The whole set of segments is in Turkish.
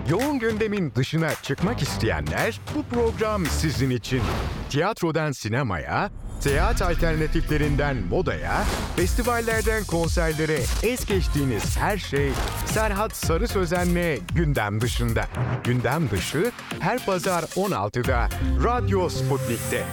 Yoğun gündemin dışına çıkmak isteyenler bu program sizin için. Tiyatrodan sinemaya, seyahat alternatiflerinden modaya, festivallerden konserlere es geçtiğiniz her şey Serhat Sarı Sözen'le gündem dışında. Gündem dışı her pazar 16'da Radyo Sputnik'te.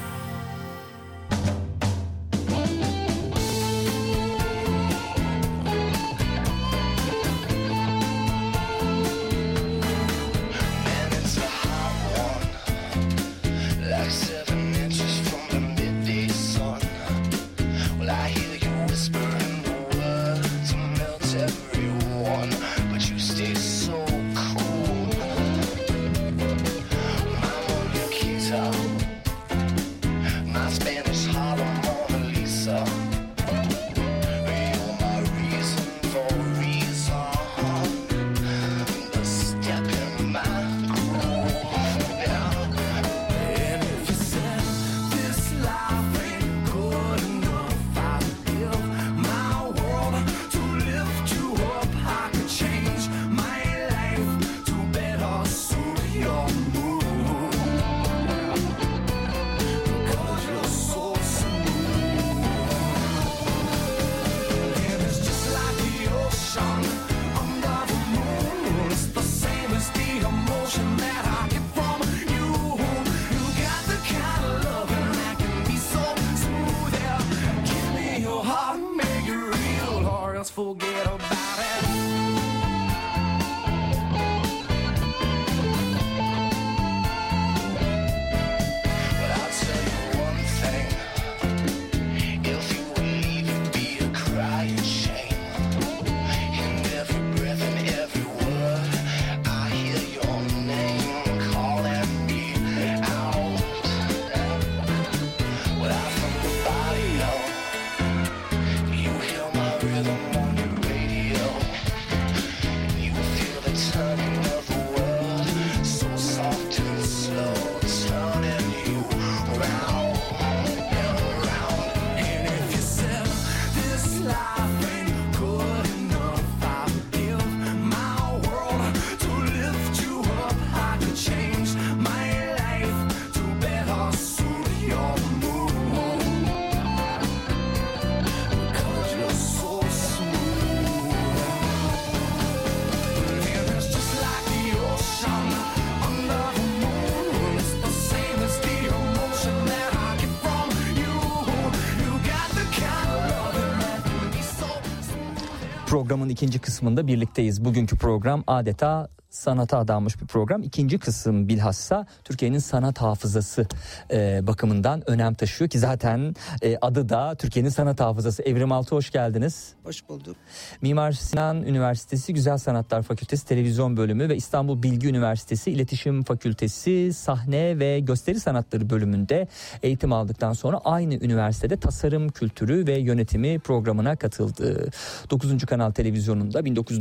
Programın ikinci kısmında birlikteyiz. Bugünkü program adeta sanata adanmış bir program. İkinci kısım bilhassa Türkiye'nin sanat hafızası bakımından önem taşıyor ki zaten adı da Türkiye'nin sanat hafızası. Evrim Altı, hoş geldiniz. Hoş bulduk. Mimar Sinan Üniversitesi Güzel Sanatlar Fakültesi Televizyon Bölümü ve İstanbul Bilgi Üniversitesi İletişim Fakültesi Sahne ve Gösteri Sanatları Bölümünde eğitim aldıktan sonra aynı üniversitede Tasarım Kültürü ve Yönetimi programına katıldı. 9. Kanal Televizyonu'nda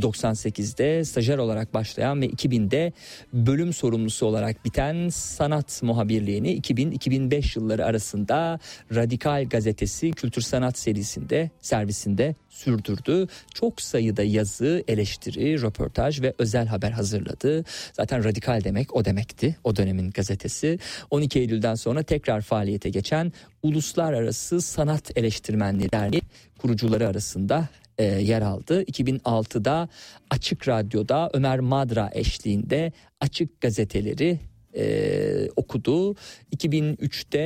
1998'de stajyer olarak başlayan ve 2000'de bölüm sorumlusu olarak biten sanat muhabirliğini 2000-2005 yılları arasında Radikal Gazetesi Kültür Sanat servisinde sürdürdü. Çok sayıda yazı, eleştiri, röportaj ve özel haber hazırladı. Zaten radikal demek o demekti, o dönemin gazetesi. 12 Eylül'den sonra tekrar faaliyete geçen Uluslararası Sanat Eleştirmenliği Derneği kurucuları arasında yer aldı. 2006'da Açık Radyo'da Ömer Madra eşliğinde Açık Gazeteleri okudu. 2003'te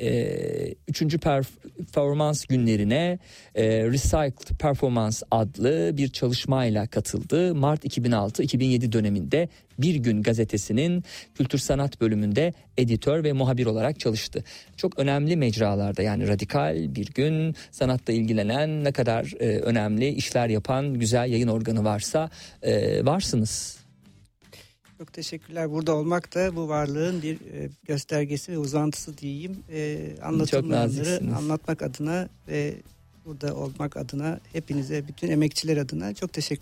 3. performans günlerine Recycled Performance adlı bir çalışmayla katıldı. Mart 2006-2007 döneminde Bir Gün gazetesinin kültür sanat bölümünde editör ve muhabir olarak çalıştı. Çok önemli mecralarda, yani Radikal, Bir Gün, sanatla ilgilenen, ne kadar önemli işler yapan güzel yayın organı varsa varsınız. Çok teşekkürler. Burada olmak da bu varlığın bir göstergesi ve uzantısı diyeyim. Anlatılmayanları anlatmak adına ve burada olmak adına hepinize, bütün emekçiler adına çok teşekkürler.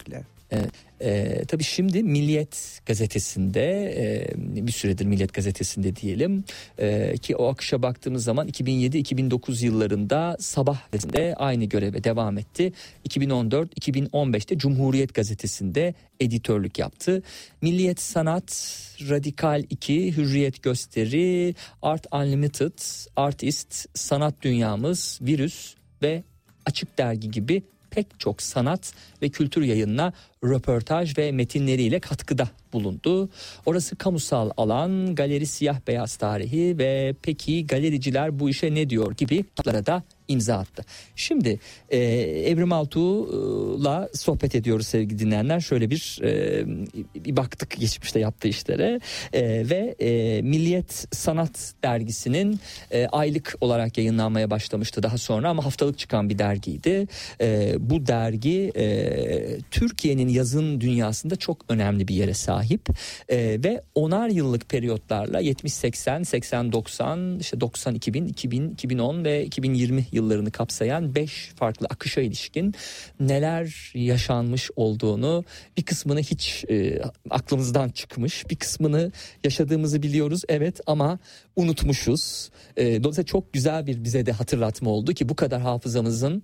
Tabii şimdi Milliyet gazetesinde bir süredir Milliyet gazetesinde diyelim ki o akışa baktığımız zaman 2007-2009 yıllarında Sabah gazetesinde aynı göreve devam etti. 2014-2015'te Cumhuriyet gazetesinde editörlük yaptı. Milliyet Sanat, Radikal 2, Hürriyet Gösteri, Art Unlimited, Artist, Sanat Dünyamız, Virüs ve Açık Dergi gibi pek çok sanat ve kültür yayınına röportaj ve metinleriyle katkıda bulundu. Orası kamusal alan, galeri siyah beyaz tarihi ve peki galericiler bu işe ne diyor gibi kitaplara da imza attı. Şimdi Evrim Altuğ'la sohbet ediyoruz sevgili dinleyenler. Şöyle bir baktık geçmişte yaptığı işlere ve Milliyet Sanat dergisinin aylık olarak yayınlanmaya başlamıştı daha sonra ama haftalık çıkan bir dergiydi. Bu dergi Türkiye'nin yazın dünyasında çok önemli bir yere sahip ve 10'ar yıllık periyotlarla 70-80, 80-90, işte 90-2000, 2000-2010 ve 2020 yıllarını kapsayan 5 farklı akışa ilişkin neler yaşanmış olduğunu, bir kısmını hiç aklımızdan çıkmış, bir kısmını yaşadığımızı biliyoruz evet ama unutmuşuz. Dolayısıyla çok güzel bir bize de hatırlatma oldu ki bu kadar hafızamızın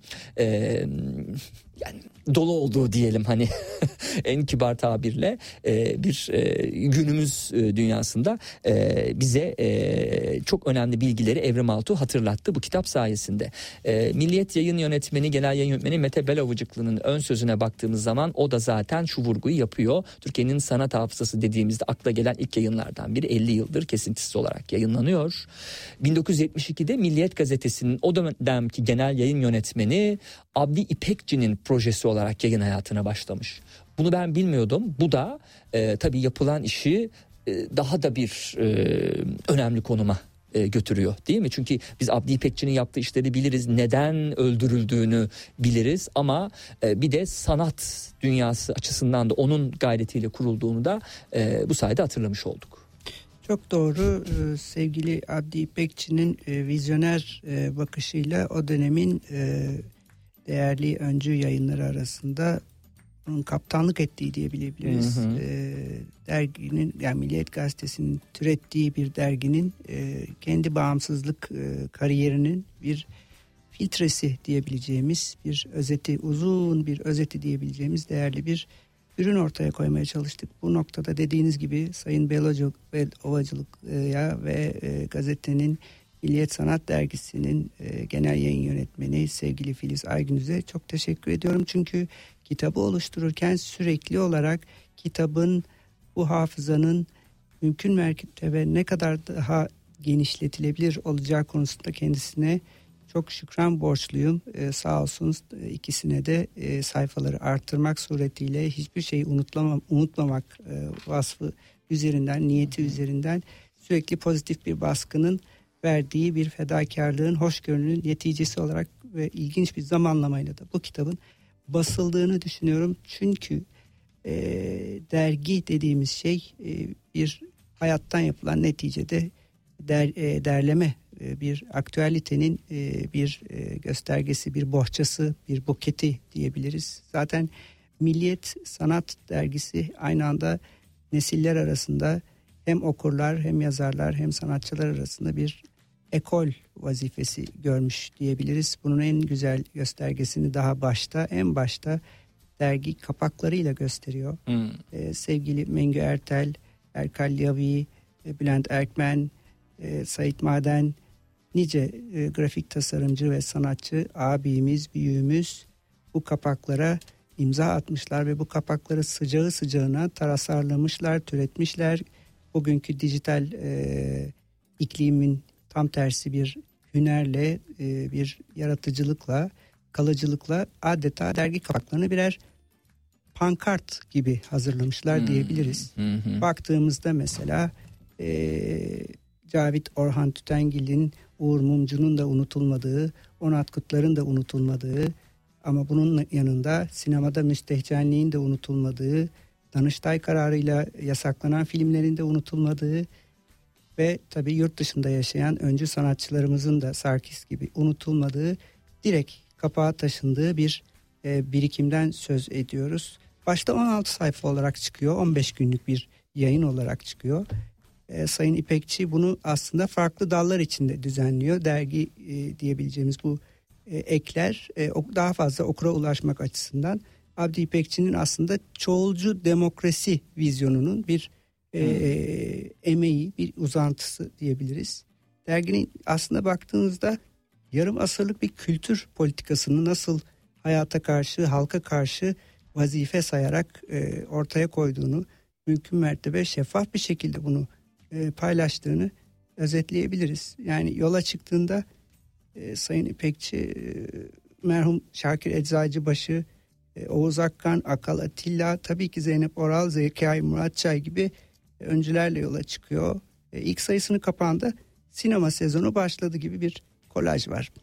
yani dolu olduğu diyelim hani en kibar tabirle bir günümüz dünyasında bize çok önemli bilgileri Evrim Altuğ hatırlattı bu kitap sayesinde. Milliyet Yayın Yönetmeni, Genel Yayın Yönetmeni Mete Belovıcıklı'nın ön sözüne baktığımız zaman o da zaten şu vurguyu yapıyor. Türkiye'nin sanat hafızası dediğimizde akla gelen ilk yayınlardan biri 50 yıldır kesintisiz olarak yayınlanıyor. 1972'de Milliyet Gazetesi'nin o dönemki genel yayın yönetmeni Abdi İpekçi'nin projesi olarak yayın hayatına başlamış. Bunu ben bilmiyordum. Bu da tabii yapılan işi daha da bir önemli konuma götürüyor değil mi? Çünkü biz Abdi İpekçi'nin yaptığı işleri biliriz. Neden öldürüldüğünü biliriz ama bir de sanat dünyası açısından da onun gayretiyle kurulduğunu da bu sayede hatırlamış olduk. Çok doğru. Sevgili Abdi İpekçi'nin vizyoner bakışıyla o dönemin değerli öncü yayınları arasında onun kaptanlık ettiği diyebiliriz. Derginin yani Milliyet Gazetesi'nin türettiği bir derginin kendi bağımsızlık kariyerinin bir filtresi diyebileceğimiz bir özeti, uzun bir özeti diyebileceğimiz değerli bir ürün ortaya koymaya çalıştık. Bu noktada dediğiniz gibi Sayın Belovacılık'a ve gazetenin Milliyet Sanat Dergisi'nin genel yayın yönetmeni sevgili Filiz Aygünüz'e çok teşekkür ediyorum. Çünkü kitabı oluştururken sürekli olarak kitabın, bu hafızanın mümkün mertebe ne kadar daha genişletilebilir olacağı konusunda kendisine çok şükran borçluyum. Sağ olsun ikisine de sayfaları artırmak suretiyle hiçbir şeyi unutmamak vasfı üzerinden, niyeti üzerinden sürekli pozitif bir baskının verdiği bir fedakarlığın, hoşgörünün neticesi olarak ve ilginç bir zamanlamayla da bu kitabın basıldığını düşünüyorum. Çünkü dergi dediğimiz şey bir hayattan yapılan neticede derleme, bir aktüelitenin bir göstergesi, bir bohçası, bir buketi diyebiliriz. Zaten Milliyet Sanat Dergisi aynı anda nesiller arasında hem okurlar hem yazarlar hem sanatçılar arasında bir ekol vazifesi görmüş diyebiliriz. Bunun en güzel göstergesini daha en başta dergi kapaklarıyla gösteriyor. Sevgili Mengü Ertel, Erkal Yavi, Bülent Erkmen, Sait Maden, nice grafik tasarımcı ve sanatçı abimiz, büyüğümüz bu kapaklara imza atmışlar ve bu kapakları sıcağı sıcağına tasarlamışlar, türetmişler. Bugünkü dijital iklimin tam tersi bir hünerle, bir yaratıcılıkla, kalıcılıkla adeta dergi kapaklarını birer pankart gibi hazırlamışlar diyebiliriz. Baktığımızda mesela Cavit Orhan Tütengil'in, Uğur Mumcu'nun da unutulmadığı, Onat Kutlar'ın da unutulmadığı ama bunun yanında sinemada müstehcenliğin de unutulmadığı, Danıştay kararıyla yasaklanan filmlerin de unutulmadığı ve tabii yurt dışında yaşayan öncü sanatçılarımızın da Sarkis gibi unutulmadığı, direkt kapağa taşındığı bir birikimden söz ediyoruz. Başta 16 sayfa olarak çıkıyor. 15 günlük bir yayın olarak çıkıyor. Sayın İpekçi bunu aslında farklı dallar içinde düzenliyor. Dergi diyebileceğimiz bu ekler daha fazla okura ulaşmak açısından Abdi İpekçi'nin aslında çoğulcu demokrasi vizyonunun bir emeği, bir uzantısı diyebiliriz. Derginin aslında baktığınızda yarım asırlık bir kültür politikasını nasıl hayata karşı, halka karşı vazife sayarak ortaya koyduğunu, mümkün mertebe şeffaf bir şekilde bunu paylaştığını özetleyebiliriz. Yani yola çıktığında Sayın İpekçi, merhum Şakir Eczacıbaşı, Oğuz Akkan, Akal Atilla, tabii ki Zeynep Oral, Zekai Muratçay gibi öncülerle yola çıkıyor. İlk sayısını kapağında sinema sezonu başladı gibi bir kolaj var.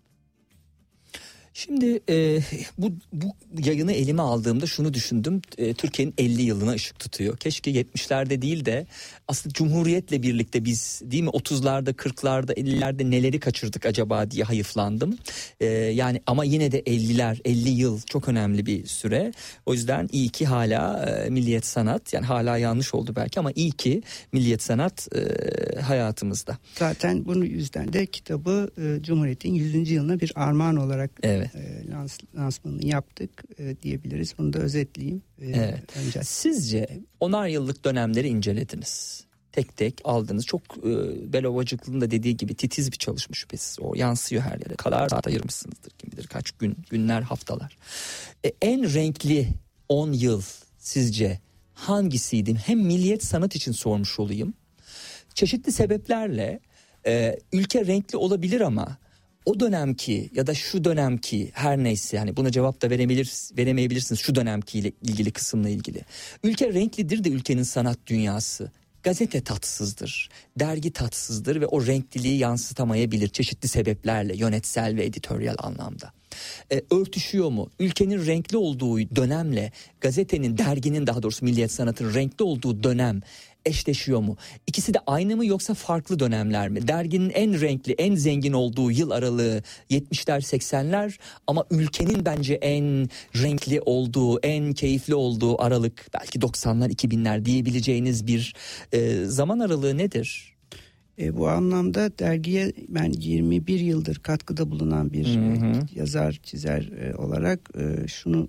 Şimdi bu yayını elime aldığımda şunu düşündüm. Türkiye'nin 50 yılına ışık tutuyor. Keşke 70'lerde değil de aslında Cumhuriyet'le birlikte biz, değil mi, 30'larda, 40'larda, 50'lerde neleri kaçırdık acaba diye hayıflandım. Yani ama yine de 50 yıl çok önemli bir süre. O yüzden iyi ki hala Milliyet Sanat, yani hala yanlış oldu belki ama iyi ki Milliyet Sanat hayatımızda. Zaten bunun yüzden de kitabı Cumhuriyet'in 100. yılına bir armağan olarak lansmanını yaptık diyebiliriz. Bunu da özetleyeyim. Evet. Sizce 10'ar yıllık dönemleri incelediniz. Tek tek aldınız. Çok Belovacıklı'nın da dediği gibi titiz bir çalışma şüphesiz. O yansıyor her yere. Kadar saat ayırmışsınızdır. Kim bilir kaç günler, haftalar. En renkli 10 yıl sizce hangisiydi? Hem Milliyet Sanat için sormuş olayım. Çeşitli sebeplerle ülke renkli olabilir ama o dönemki ya da şu dönemki, her neyse, yani buna cevap da veremeyebilirsiniz şu dönemkiyle ilgili kısımla ilgili. Ülke renklidir de ülkenin sanat dünyası. Gazete tatsızdır, dergi tatsızdır ve o renkliliği yansıtamayabilir çeşitli sebeplerle, yönetsel ve editoryal anlamda. Örtüşüyor mu? Ülkenin renkli olduğu dönemle gazetenin, derginin, daha doğrusu Milliyet Sanat'ın renkli olduğu dönem eşleşiyor mu? İkisi de aynı mı yoksa farklı dönemler mi? Derginin en renkli, en zengin olduğu yıl aralığı 70'ler, 80'ler ama ülkenin bence en renkli olduğu, en keyifli olduğu aralık belki 90'lar, 2000'ler diyebileceğiniz bir zaman aralığı nedir? Bu anlamda dergiye ben 21 yıldır katkıda bulunan bir yazar, çizer olarak şunu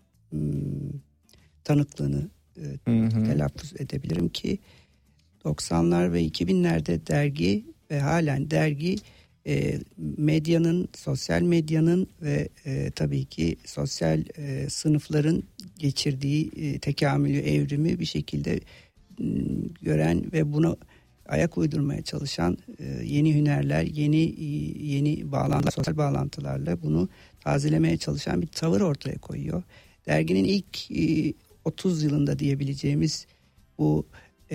tanıklığını telaffuz edebilirim ki 90'lar ve 2000'lerde dergi ve halen dergi medyanın, sosyal medyanın ve tabii ki sosyal sınıfların geçirdiği tekamülü, evrimi bir şekilde gören ve bunu ayak uydurmaya çalışan yeni hünerler, yeni bağlantılar, sosyal bağlantılarla bunu tazelemeye çalışan bir tavır ortaya koyuyor. Derginin ilk 30 yılında diyebileceğimiz bu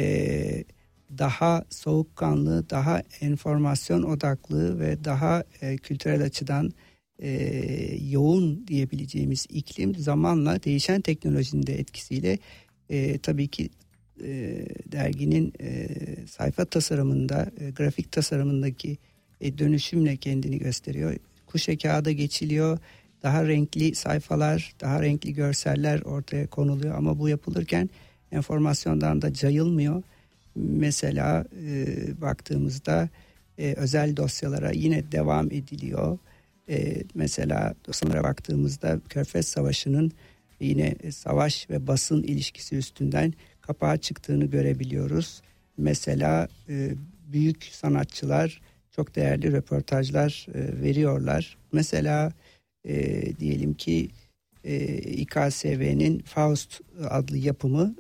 daha soğukkanlı, daha enformasyon odaklı ve daha kültürel açıdan yoğun diyebileceğimiz iklim zamanla değişen teknolojinin de etkisiyle tabii ki derginin sayfa tasarımında, grafik tasarımındaki dönüşümle kendini gösteriyor. Kuşe kağıda geçiliyor. Daha renkli sayfalar, daha renkli görseller ortaya konuluyor ama bu yapılırken enformasyondan da cayılmıyor. Mesela baktığımızda özel dosyalara yine devam ediliyor. Mesela dosyalara baktığımızda Körfez Savaşı'nın yine savaş ve basın ilişkisi üstünden kapağa çıktığını görebiliyoruz. Mesela büyük sanatçılar çok değerli röportajlar veriyorlar. Mesela diyelim ki İKSV'nin Faust adlı yapımı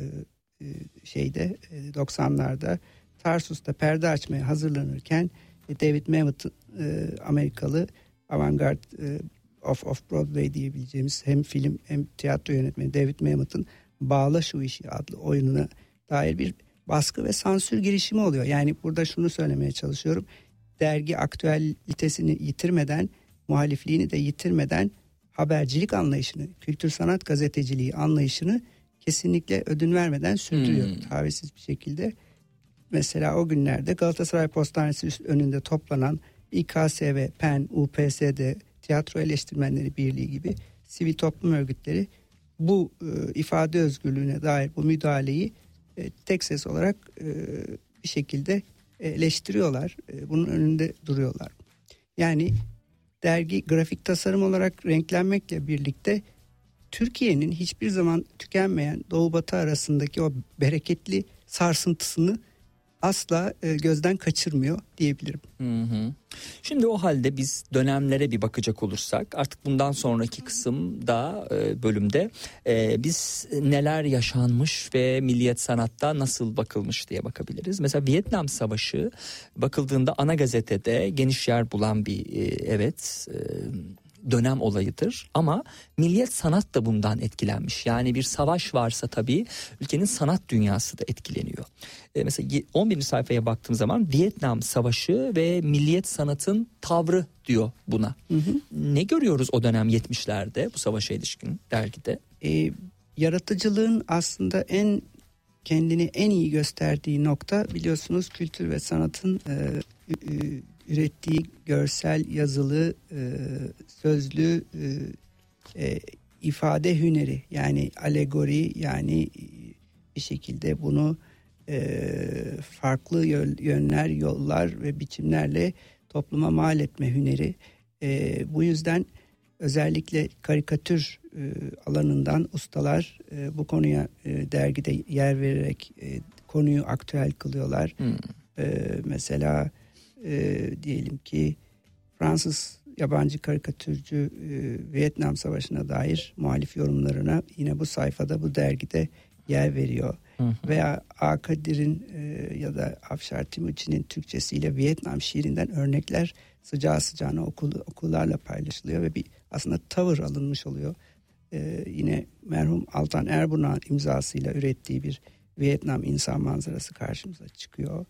90'larda Tarsus'ta perde açmaya hazırlanırken David Mamet, Amerikalı avantgard off Broadway diyebileceğimiz hem film hem tiyatro yönetmeni David Mamet'in Bağla Şu İşi adlı oyununa dair bir baskı ve sansür girişimi oluyor. Yani burada şunu söylemeye çalışıyorum. Dergi aktüelitesini yitirmeden, muhalifliğini de yitirmeden habercilik anlayışını, kültür sanat gazeteciliği anlayışını kesinlikle ödün vermeden sürdürüyor. Tavizsiz bir şekilde. Mesela o günlerde Galatasaray Postanesi önünde toplanan İKSV, PEN, UPSD, Tiyatro Eleştirmenleri Birliği gibi sivil toplum örgütleri bu ifade özgürlüğüne dair bu müdahaleyi tek ses olarak bir şekilde eleştiriyorlar. Bunun önünde duruyorlar. Yani dergi grafik tasarım olarak renklenmekle birlikte Türkiye'nin hiçbir zaman tükenmeyen Doğu Batı arasındaki o bereketli sarsıntısını asla gözden kaçırmıyor diyebilirim. Şimdi o halde biz dönemlere bir bakacak olursak artık bundan sonraki kısımda bölümde biz neler yaşanmış ve milliyet sanatta nasıl bakılmış diye bakabiliriz. Mesela Vietnam Savaşı bakıldığında ana gazetede geniş yer bulan bir dönem olayıdır ama milliyet sanat da bundan etkilenmiş. Yani bir savaş varsa tabii ülkenin sanat dünyası da etkileniyor. Mesela 11. sayfaya baktığım zaman Vietnam Savaşı ve milliyet sanatın tavrı diyor buna. Ne görüyoruz o dönem 70'lerde bu savaşa ilişkin dergide? Yaratıcılığın aslında kendini en iyi gösterdiği nokta biliyorsunuz kültür ve sanatın ürettiği görsel, yazılı, sözlü ifade hüneri, yani alegori, yani bir şekilde bunu farklı yönler, yollar ve biçimlerle topluma mal etme hüneri. Bu yüzden özellikle karikatür alanından ustalar bu konuya dergide yer vererek konuyu aktüel kılıyorlar. Mesela diyelim ki Fransız yabancı karikatürcü Vietnam Savaşı'na dair muhalif yorumlarına yine bu sayfada, bu dergide yer veriyor. Veya Akadir'in ya da Afşar Timuçin'in Türkçesiyle Vietnam şiirinden örnekler sıcağı sıcağına okullarla paylaşılıyor ve bir aslında tavır alınmış oluyor. Yine merhum Altan Erbunak'ın imzasıyla ürettiği bir Vietnam insan manzarası karşımıza çıkıyor.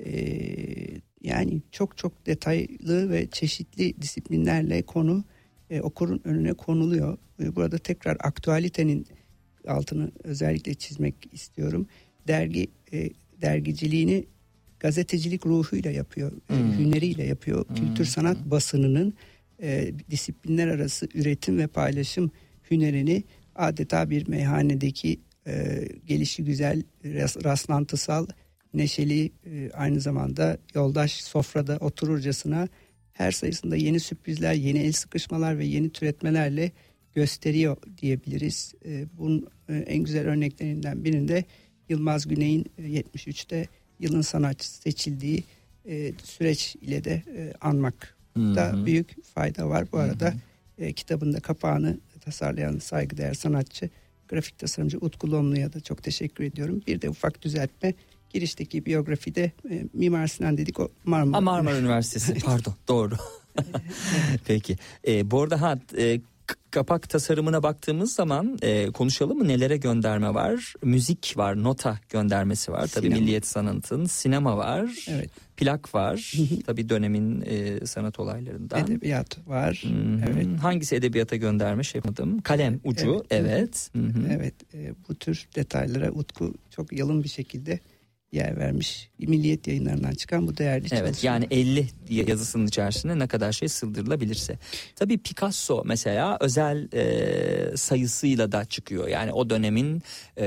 Yani çok çok detaylı ve çeşitli disiplinlerle konu okurun önüne konuluyor. Burada tekrar aktüalitenin altını özellikle çizmek istiyorum. Dergiciliğini gazetecilik ruhuyla yapıyor, hüneriyle yapıyor. Kültür sanat basınının disiplinler arası üretim ve paylaşım hünerini adeta bir meyhanedeki gelişigüzel, rastlantısal, neşeli, aynı zamanda yoldaş sofrada otururcasına her sayısında yeni sürprizler, yeni el sıkışmalar ve yeni türetmelerle gösteriyor diyebiliriz. Bunun en güzel örneklerinden birinde Yılmaz Güney'in 73'te yılın sanatçısı seçildiği süreç ile de anmakta büyük fayda var. Bu arada kitabın da kapağını tasarlayan saygıdeğer sanatçı, grafik tasarımcı Utku Lomlu'ya da çok teşekkür ediyorum. Bir de ufak düzeltme. Girişteki biyografide Mimar Sinan dedik, o Marmara Üniversitesi pardon, doğru. Peki bu arada kapak tasarımına baktığımız zaman konuşalım mı, nelere gönderme var? Müzik var, nota göndermesi var. Tabii milliyet sanatın, sinema var. Evet. Plak var. Tabii dönemin sanat olaylarından. Edebiyat var. Evet. Hangisi edebiyata gönderme yapmadım? Kalem ucu. Evet. Evet. Bu tür detaylara Utku çok yalın bir şekilde yer vermiş. Milliyet Yayınlarından çıkan bu değerli çalışma. Evet, yani 50 yazısının içerisinde ne kadar şey sığdırılabilirse. Tabii Picasso mesela özel sayısıyla da çıkıyor. Yani o dönemin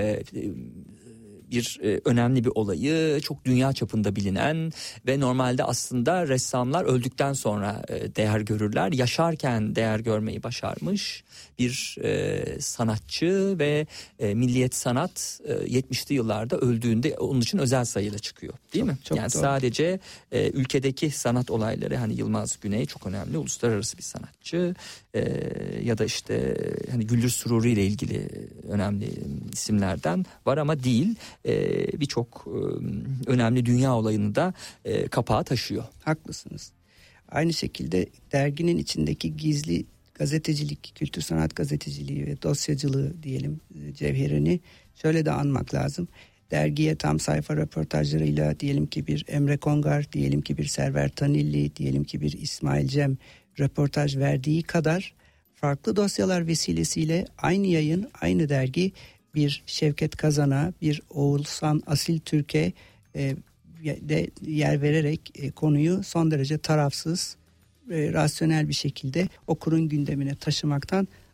bir önemli bir olayı, çok dünya çapında bilinen ve normalde aslında ressamlar öldükten sonra değer görürler. Yaşarken değer görmeyi başarmış bir sanatçı ve milliyet sanat 70'li yıllarda öldüğünde onun için özel sayıyla çıkıyor, değil mi? Çok yani doğru. Sadece ülkedeki sanat olayları, hani Yılmaz Güney çok önemli uluslararası bir sanatçı ya da işte hani Güldür Sururi ile ilgili önemli isimlerden var ama değil. Birçok önemli dünya olayını da kapağa taşıyor. Haklısınız. Aynı şekilde derginin içindeki gizli gazetecilik, kültür sanat gazeteciliği ve dosyacılığı diyelim cevherini şöyle de anmak lazım. Dergiye tam sayfa röportajlarıyla diyelim ki bir Emre Kongar, diyelim ki bir Server Tanilli, diyelim ki bir İsmail Cem röportaj verdiği kadar farklı dosyalar vesilesiyle aynı yayın, aynı dergi bir Şevket Kazan'a, bir Oğuzhan Asil Türk'e de yer vererek konuyu son derece tarafsız, rasyonel bir şekilde okurun gündemine taşımaktan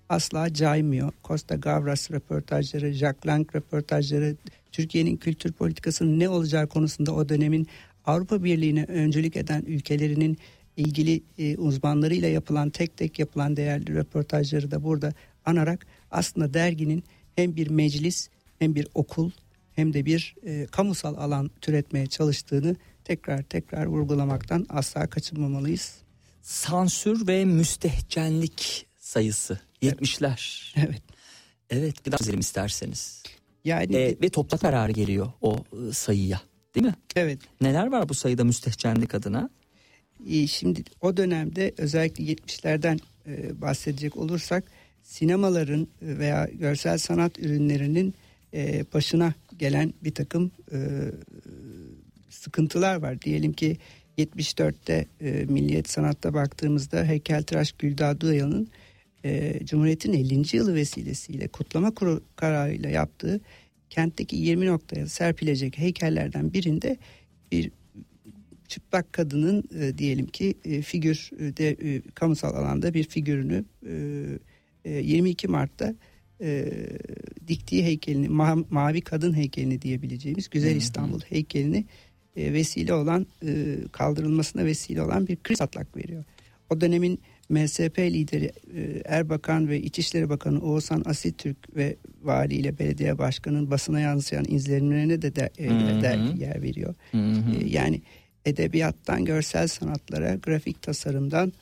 asla caymıyor. Costa Gavras röportajları, Jack Lang röportajları, Türkiye'nin kültür politikasının ne olacağı konusunda o dönemin Avrupa Birliği'ne öncülük eden ülkelerinin ilgili uzmanlarıyla yapılan, tek tek yapılan değerli röportajları da burada anarak aslında derginin hem bir meclis, hem bir okul, hem de bir kamusal alan türetmeye çalıştığını tekrar vurgulamaktan asla kaçınmamalıyız. Sansür ve müstehcenlik sayısı 70'ler. Evet. Evet, bir daha çizelim isterseniz. Yani Ve topla karar geliyor o sayıya, değil mi? evet. Neler var bu sayıda müstehcenlik adına? Şimdi o dönemde özellikle 70'lerden bahsedecek olursak sinemaların veya görsel sanat ürünlerinin başına gelen bir takım sıkıntılar var. Diyelim ki 74'te Milliyet Sanat'ta baktığımızda heykeltıraş Güldağ Duyalı'nın Cumhuriyet'in 50. yılı vesilesiyle kutlama kararıyla yaptığı kentteki 20 noktaya serpilecek heykellerden birinde bir çıplak kadının diyelim ki figürde kamusal alanda bir figürünü 22 Mart'ta diktiği heykelini, mavi kadın heykelini diyebileceğimiz Güzel İstanbul heykelini vesile olan, kaldırılmasına vesile olan bir kriz patlak veriyor. O dönemin MSP lideri Erbakan ve İçişleri Bakanı Oğuzhan Asiltürk ve vali ile belediye başkanının basına yansıyan izlenimlerine de dergi yer veriyor. Yani edebiyattan görsel sanatlara, grafik tasarımdan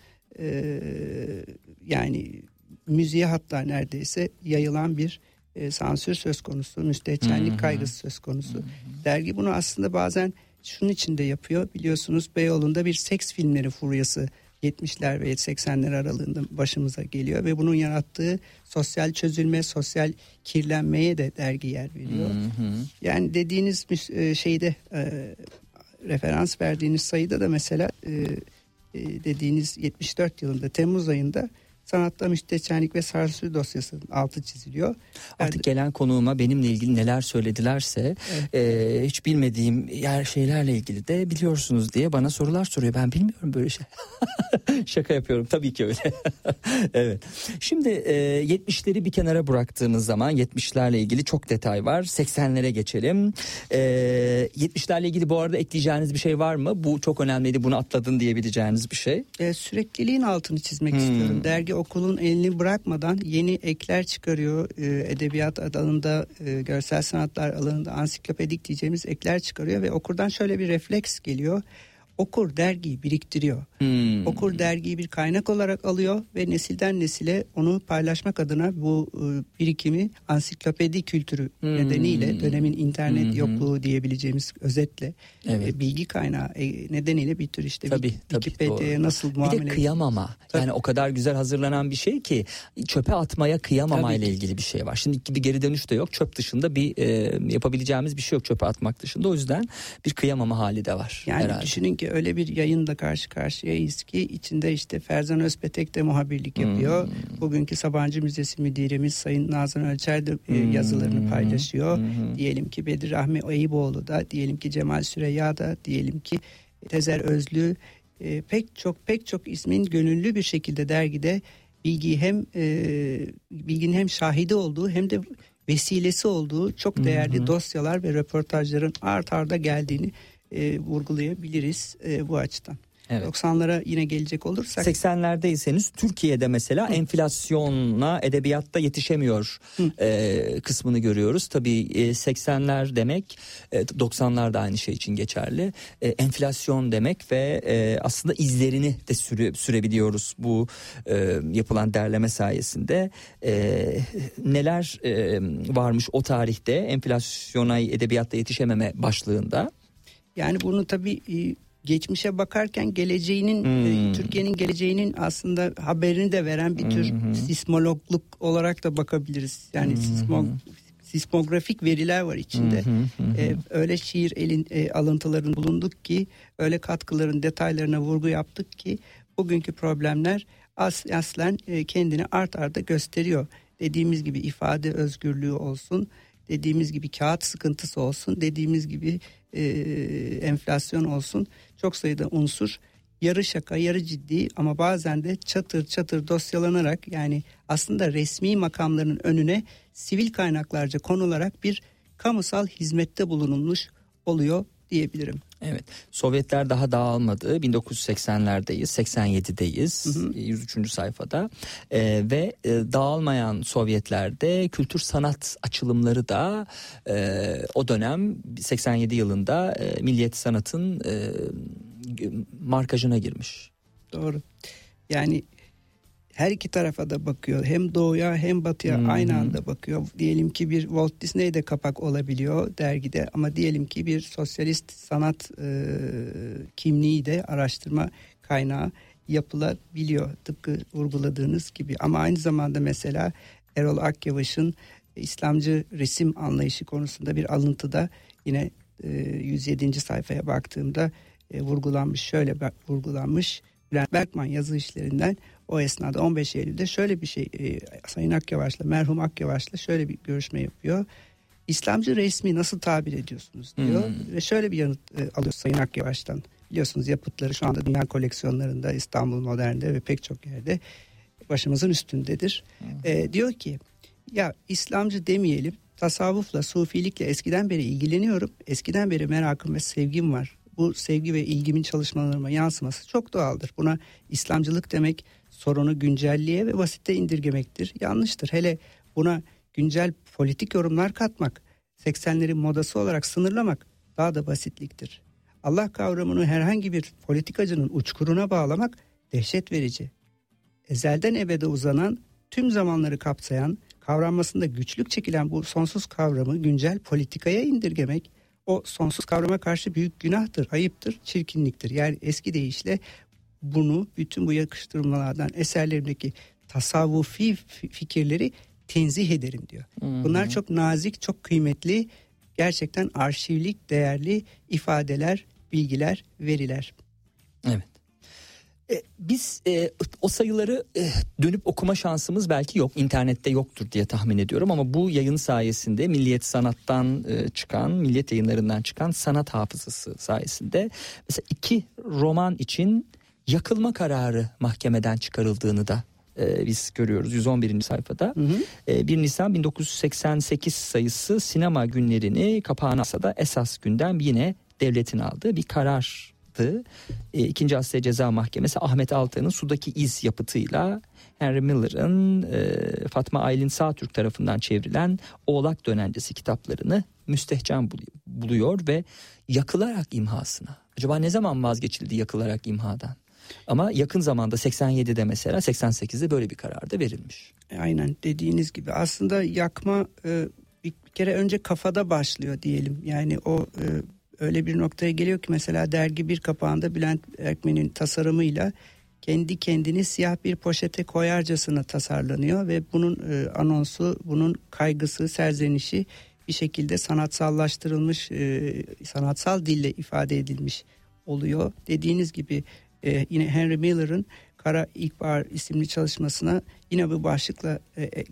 yani müziğe hatta neredeyse yayılan bir sansür söz konusu, müstehcenlik kaygısı söz konusu. Dergi bunu aslında bazen şunun için de yapıyor. Biliyorsunuz Beyoğlu'nda bir seks filmleri furyası 70'ler ve 80'ler aralığında başımıza geliyor ve bunun yarattığı sosyal çözülme, sosyal kirlenmeye de dergi yer veriyor. Yani dediğiniz şeyde referans verdiğiniz sayıda da mesela dediğiniz 74 yılında Temmuz ayında sanatta müstehcenlik ve sansür dosyasının altı çiziliyor. Artık gelen konuğuma benimle ilgili neler söyledilerse hiç bilmediğim şeylerle ilgili de biliyorsunuz diye bana sorular soruyor. Ben bilmiyorum böyle şey. Şaka yapıyorum, tabii ki öyle. Evet. Şimdi 70'leri bir kenara bıraktığımız zaman 70'lerle ilgili çok detay var. 80'lere geçelim. 70'lerle ilgili bu arada ekleyeceğiniz bir şey var mı? Bu çok önemliydi, bunu atladın diyebileceğiniz bir şey. Sürekliliğin altını çizmek istiyorum. Dergi okulun elini bırakmadan yeni ekler çıkarıyor. Edebiyat alanında, görsel sanatlar alanında ansiklopedik diyeceğimiz ekler çıkarıyor ve okurdan şöyle bir refleks geliyor. Okur dergiyi biriktiriyor. Okur dergiyi bir kaynak olarak alıyor ve nesilden nesile onu paylaşmak adına bu birikimi ansiklopedi kültürü nedeniyle dönemin internet yokluğu diyebileceğimiz özetle bilgi kaynağı nedeniyle bir tür işte Wikipedia'ya nasıl muamele. Bir de kıyamama. Yani o kadar güzel hazırlanan bir şey ki çöpe atmaya kıyamama ile ilgili bir şey var. Şimdi bir geri dönüş de yok. Çöp dışında bir yapabileceğimiz bir şey yok çöpe atmak dışında. O yüzden bir kıyamama hali de var. Yani herhalde. Düşünün ki öyle bir yayınla karşı karşıyayız ki içinde işte Ferzan Özpetek de muhabirlik yapıyor. Bugünkü Sabancı Müzesi müdürümüz Sayın Nazan Ölçer de yazılarını paylaşıyor. Diyelim ki Bedir Rahmi Eyüboğlu da, diyelim ki Cemal Süreyya da, diyelim ki Tezer Özlü, pek çok ismin gönüllü bir şekilde dergide bilginin hem şahidi olduğu hem de vesilesi olduğu çok değerli dosyalar ve röportajların art arda geldiğini vurgulayabiliriz bu açıdan. Evet. 90'lara yine gelecek olursak. 80'lerdeyseniz Türkiye'de mesela enflasyona edebiyatta yetişemiyor kısmını görüyoruz. Tabii 80'ler demek 90'lar da aynı şey için geçerli. Enflasyon demek ve aslında izlerini de sürebiliyoruz bu yapılan derleme sayesinde. Neler varmış o tarihte enflasyona edebiyatta yetişememe başlığında? Yani bunu tabii geçmişe bakarken geleceğinin Türkiye'nin geleceğinin aslında haberini de veren bir tür sismologluk olarak da bakabiliriz. Yani sismografik veriler var içinde. Öyle şiir alıntıların bulunduk ki, öyle katkıların detaylarına vurgu yaptık ki bugünkü problemler aslen kendini art arda gösteriyor. Dediğimiz gibi ifade özgürlüğü olsun, dediğimiz gibi kağıt sıkıntısı olsun, dediğimiz gibi enflasyon olsun, çok sayıda unsur yarı şaka yarı ciddi ama bazen de çatır çatır dosyalanarak, yani aslında resmi makamların önüne sivil kaynaklarca konularak bir kamusal hizmette bulunulmuş oluyor diyebilirim. Evet, Sovyetler daha dağılmadı. 1980'lerdeyiz, 87'deyiz, 103. sayfada ve dağılmayan Sovyetlerde kültür sanat açılımları da o dönem 87 yılında Milliyet Sanat'ın markajına girmiş. Doğru. Yani her iki tarafa da bakıyor. Hem doğuya hem batıya aynı anda bakıyor. Diyelim ki bir Walt Disney de kapak olabiliyor dergide, ama diyelim ki bir sosyalist sanat kimliği de araştırma kaynağı yapılabiliyor. Tıpkı vurguladığınız gibi. Ama aynı zamanda mesela Erol Akyavaş'ın İslamcı resim anlayışı konusunda bir alıntıda yine 107. sayfaya baktığımda vurgulanmış. Şöyle vurgulanmış. Bülent Berkman yazı işlerinden o esnada 15 Eylül'de şöyle bir şey, Sayın Akyavaş'la, merhum Akyavaş'la şöyle bir görüşme yapıyor. İslamcı resmi nasıl tabir ediyorsunuz diyor ve şöyle bir yanıt alıyor Sayın Akyavaş'tan. Biliyorsunuz yapıtları şu anda dünya koleksiyonlarında, İstanbul Modern'de ve pek çok yerde başımızın üstündedir. Diyor ki ya İslamcı demeyelim, tasavvufla, sufilikle eskiden beri ilgileniyorum. Eskiden beri merakım ve sevgim var. Bu sevgi ve ilgimin çalışmalarıma yansıması çok doğaldır. Buna İslamcılık demek sorunu güncelliğe ve basite indirgemektir. Yanlıştır. Hele buna güncel politik yorumlar katmak, 80'lerin modası olarak sınırlamak daha da basitliktir. Allah kavramını herhangi bir politikacının uçkuruna bağlamak dehşet verici. Ezelden ebede uzanan, tüm zamanları kapsayan, kavranmasında güçlük çekilen bu sonsuz kavramı güncel politikaya indirgemek, o sonsuz kavrama karşı büyük günahtır, ayıptır, çirkinliktir. Yani eski deyişle bunu, bütün bu yakıştırmalardan eserlerimdeki tasavvufi fikirleri tenzih ederim diyor. Bunlar çok nazik, çok kıymetli, gerçekten arşivlik, değerli ifadeler, bilgiler, veriler. Evet. Biz o sayıları dönüp okuma şansımız belki yok. İnternette yoktur diye tahmin ediyorum ama bu yayın sayesinde Milliyet Sanat'tan çıkan, Milliyet Yayınları'ndan çıkan sanat hafızası sayesinde mesela 2 roman için yakılma kararı mahkemeden çıkarıldığını da biz görüyoruz 111. sayfada. 1 Nisan 1988 sayısı sinema günlerini kapağına asa da esas gündem yine devletin aldığı bir karar. 2. Asya Ceza Mahkemesi Ahmet Altan'ın Sudaki İz yapıtıyla Henry Miller'ın Fatma Aylin Sağtürk tarafından çevrilen Oğlak Dönencesi kitaplarını müstehcen buluyor ve yakılarak imhasına. Acaba ne zaman vazgeçildi yakılarak imhadan? Ama yakın zamanda 87'de mesela 88'de böyle bir karar da verilmiş. Aynen dediğiniz gibi aslında yakma bir kere önce kafada başlıyor diyelim. Yani o öyle bir noktaya geliyor ki mesela dergi bir kapağında Bülent Berkman'ın tasarımıyla kendi kendini siyah bir poşete koyarcasına tasarlanıyor ve bunun anonsu, bunun kaygısı, serzenişi bir şekilde sanatsallaştırılmış, sanatsal dille ifade edilmiş oluyor. Dediğiniz gibi yine Henry Miller'ın Kara İlkbahar isimli çalışmasına yine bu başlıkla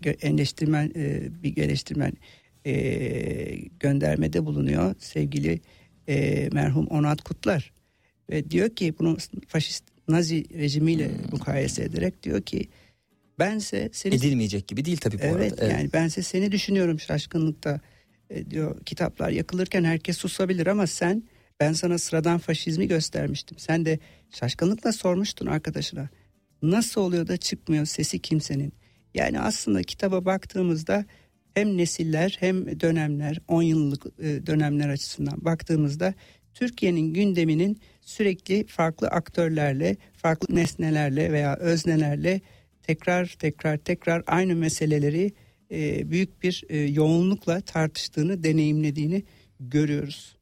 bir eleştirmen göndermede bulunuyor sevgili merhum Onat Kutlar ve diyor ki bunu faşist Nazi rejimiyle mukayese ederek diyor ki bense seni edilmeyecek gibi değil tabii bu arada. Evet. Yani bense seni düşünüyorum şaşkınlıkta diyor, kitaplar yakılırken herkes susabilir ama ben sana sıradan faşizmi göstermiştim. Sen de şaşkınlıkla sormuştun arkadaşına. Nasıl oluyor da çıkmıyor sesi kimsenin? Yani aslında kitaba baktığımızda hem nesiller hem dönemler, 10 yıllık dönemler açısından baktığımızda Türkiye'nin gündeminin sürekli farklı aktörlerle, farklı nesnelerle veya öznelerle tekrar aynı meseleleri büyük bir yoğunlukla tartıştığını, deneyimlediğini görüyoruz.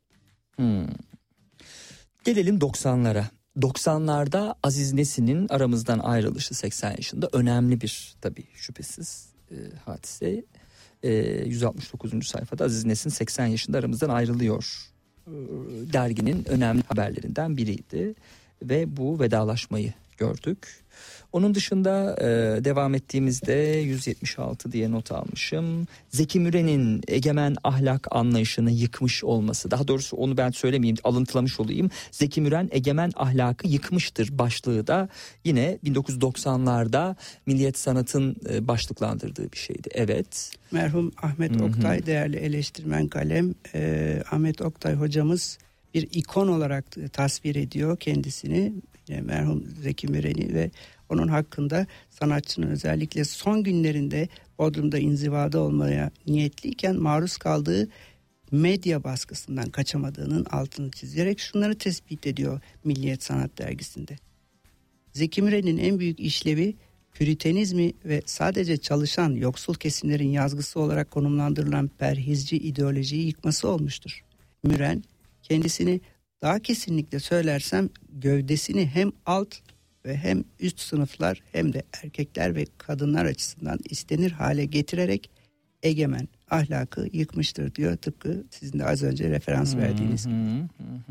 Gelelim 90'lara. 90'larda Aziz Nesin'in aramızdan ayrılışı 80 yaşında önemli bir tabii şüphesiz hadise. 169. sayfada Aziz Nesin 80 yaşında aramızdan ayrılıyor. Derginin önemli haberlerinden biriydi ve bu vedalaşmayı gördük. Onun dışında devam ettiğimizde 176 diye not almışım. Zeki Müren'in egemen ahlak anlayışını yıkmış olması. Daha doğrusu onu ben söylemeyeyim, alıntılamış olayım. Zeki Müren egemen ahlakı yıkmıştır başlığı da yine 1990'larda Milliyet Sanat'ın başlıklandırdığı bir şeydi. Evet. Merhum Ahmet Oktay, değerli eleştirmen kalem. Ahmet Oktay hocamız bir ikon olarak tasvir ediyor kendisini. Merhum Zeki Müren'i ve onun hakkında sanatçının özellikle son günlerinde Bodrum'da inzivada olmaya niyetliyken maruz kaldığı medya baskısından kaçamadığının altını çizerek şunları tespit ediyor Milliyet Sanat dergisinde. Zeki Müren'in en büyük işlevi Püritenizmi ve sadece çalışan yoksul kesimlerin yazgısı olarak konumlandırılan perhizci ideolojiyi yıkması olmuştur. Müren kendisini daha kesinlikle söylersem gövdesini hem alt ve hem üst sınıflar hem de erkekler ve kadınlar açısından istenir hale getirerek egemen ahlakı yıkmıştır diyor. Tıpkı sizin de az önce referans verdiğiniz gibi.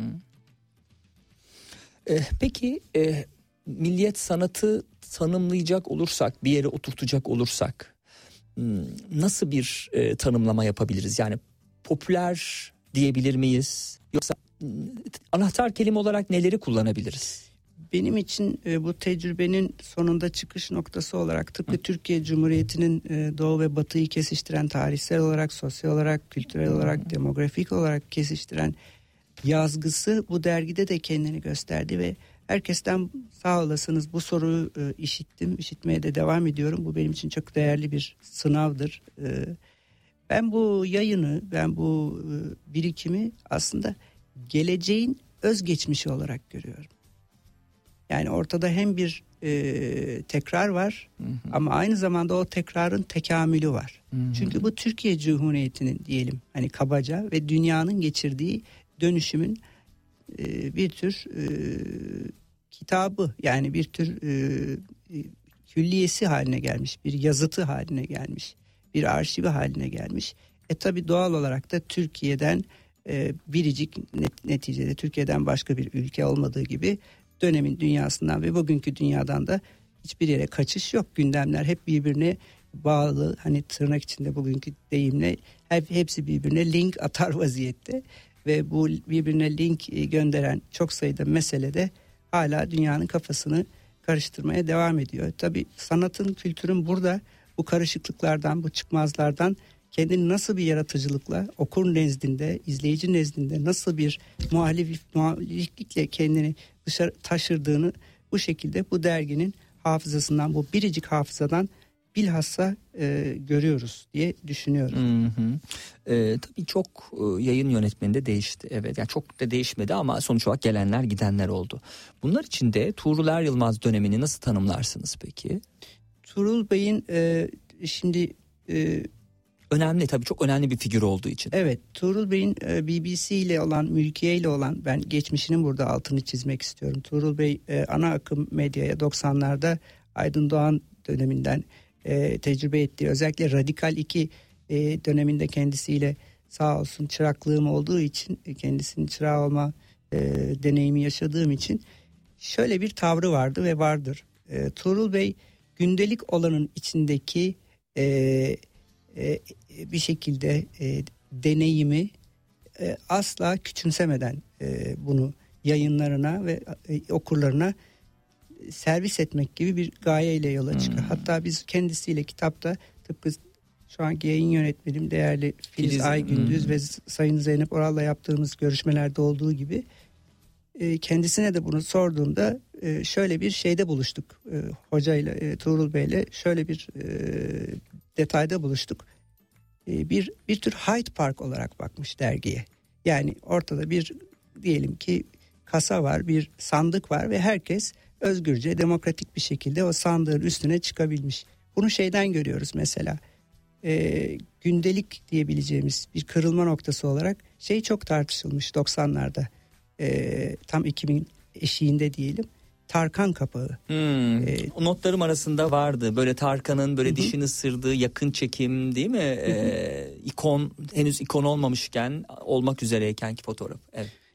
Peki milliyet sanatı tanımlayacak olursak, bir yere oturtacak olursak nasıl bir tanımlama yapabiliriz? Yani popüler diyebilir miyiz? Yoksa anahtar kelime olarak neleri kullanabiliriz? Benim için bu tecrübenin sonunda çıkış noktası olarak tıpkı Türkiye Cumhuriyeti'nin Doğu ve Batı'yı kesiştiren, tarihsel olarak, sosyal olarak, kültürel olarak, demografik olarak kesiştiren yazgısı bu dergide de kendini gösterdi ve herkesten sağ olasınız bu soruyu işitmeye de devam ediyorum. Bu benim için çok değerli bir sınavdır. Ben bu yayını, bu birikimi aslında geleceğin özgeçmişi olarak görüyorum. Yani ortada hem bir tekrar var ama aynı zamanda o tekrarın tekamülü var. Çünkü bu Türkiye Cumhuriyeti'nin diyelim hani kabaca ve dünyanın geçirdiği dönüşümün bir tür kitabı, yani bir tür külliyesi haline gelmiş, bir yazıtı haline gelmiş, bir arşivi haline gelmiş. Tabii doğal olarak da Türkiye'den biricik, neticede Türkiye'den başka bir ülke olmadığı gibi dönemin dünyasından ve bugünkü dünyadan da hiçbir yere kaçış yok. Gündemler hep birbirine bağlı, hani tırnak içinde bugünkü deyimle hepsi birbirine link atar vaziyette ve bu birbirine link gönderen çok sayıda mesele de hala dünyanın kafasını karıştırmaya devam ediyor. Tabii sanatın, kültürün burada bu karışıklıklardan, bu çıkmazlardan kendini nasıl bir yaratıcılıkla okur nezdinde, izleyici nezdinde nasıl bir muhaliflikle kendini dışarı taşırdığını bu şekilde bu derginin hafızasından, bu biricik hafızadan bilhassa görüyoruz diye düşünüyorum. Tabii çok yayın yönetmeni de değişti. Evet, yani çok da değişmedi ama sonuç olarak gelenler gidenler oldu. Bunlar içinde Tuğrul Er Yılmaz dönemini nasıl tanımlarsınız peki? Tuğrul Bey'in şimdi önemli, tabii çok önemli bir figür olduğu için. Evet, Tuğrul Bey'in BBC ile olan, Mülkiye ile olan, ben geçmişinin burada altını çizmek istiyorum. Tuğrul Bey ana akım medyaya 90'larda Aydın Doğan döneminden tecrübe ettiği, özellikle Radikal 2 döneminde kendisiyle sağ olsun çıraklığım olduğu için, kendisinin çırağı olma deneyimi yaşadığım için şöyle bir tavrı vardı ve vardır. Tuğrul Bey gündelik olanın içindeki bir şekilde deneyimi asla küçümsemeden bunu yayınlarına ve okurlarına servis etmek gibi bir gayeyle yola çıkıyor. Hatta biz kendisiyle kitapta, tıpkı şu anki yayın yönetmenim değerli Filiz Aygündüz ve Sayın Zeynep Oral'la yaptığımız görüşmelerde olduğu gibi kendisine de bunu sorduğumda şöyle bir şeyde buluştuk. Hocayla, Tuğrul Bey'le şöyle bir detayda buluştuk. Bir tür Hyde Park olarak bakmış dergiye. Yani ortada bir, diyelim ki kasa var, bir sandık var ve herkes özgürce, demokratik bir şekilde o sandığın üstüne çıkabilmiş. Bunu şeyden görüyoruz mesela. Gündelik diyebileceğimiz bir kırılma noktası olarak şey çok tartışılmış 90'larda. Tam 2000 eşiğinde diyelim. Tarkan kapağı. O notlarım arasında vardı. Böyle Tarkan'ın böyle dişini ısırdığı yakın çekim, değil mi? İkon, henüz ikon olmamışken, olmak üzereykenki fotoğraf. Evet.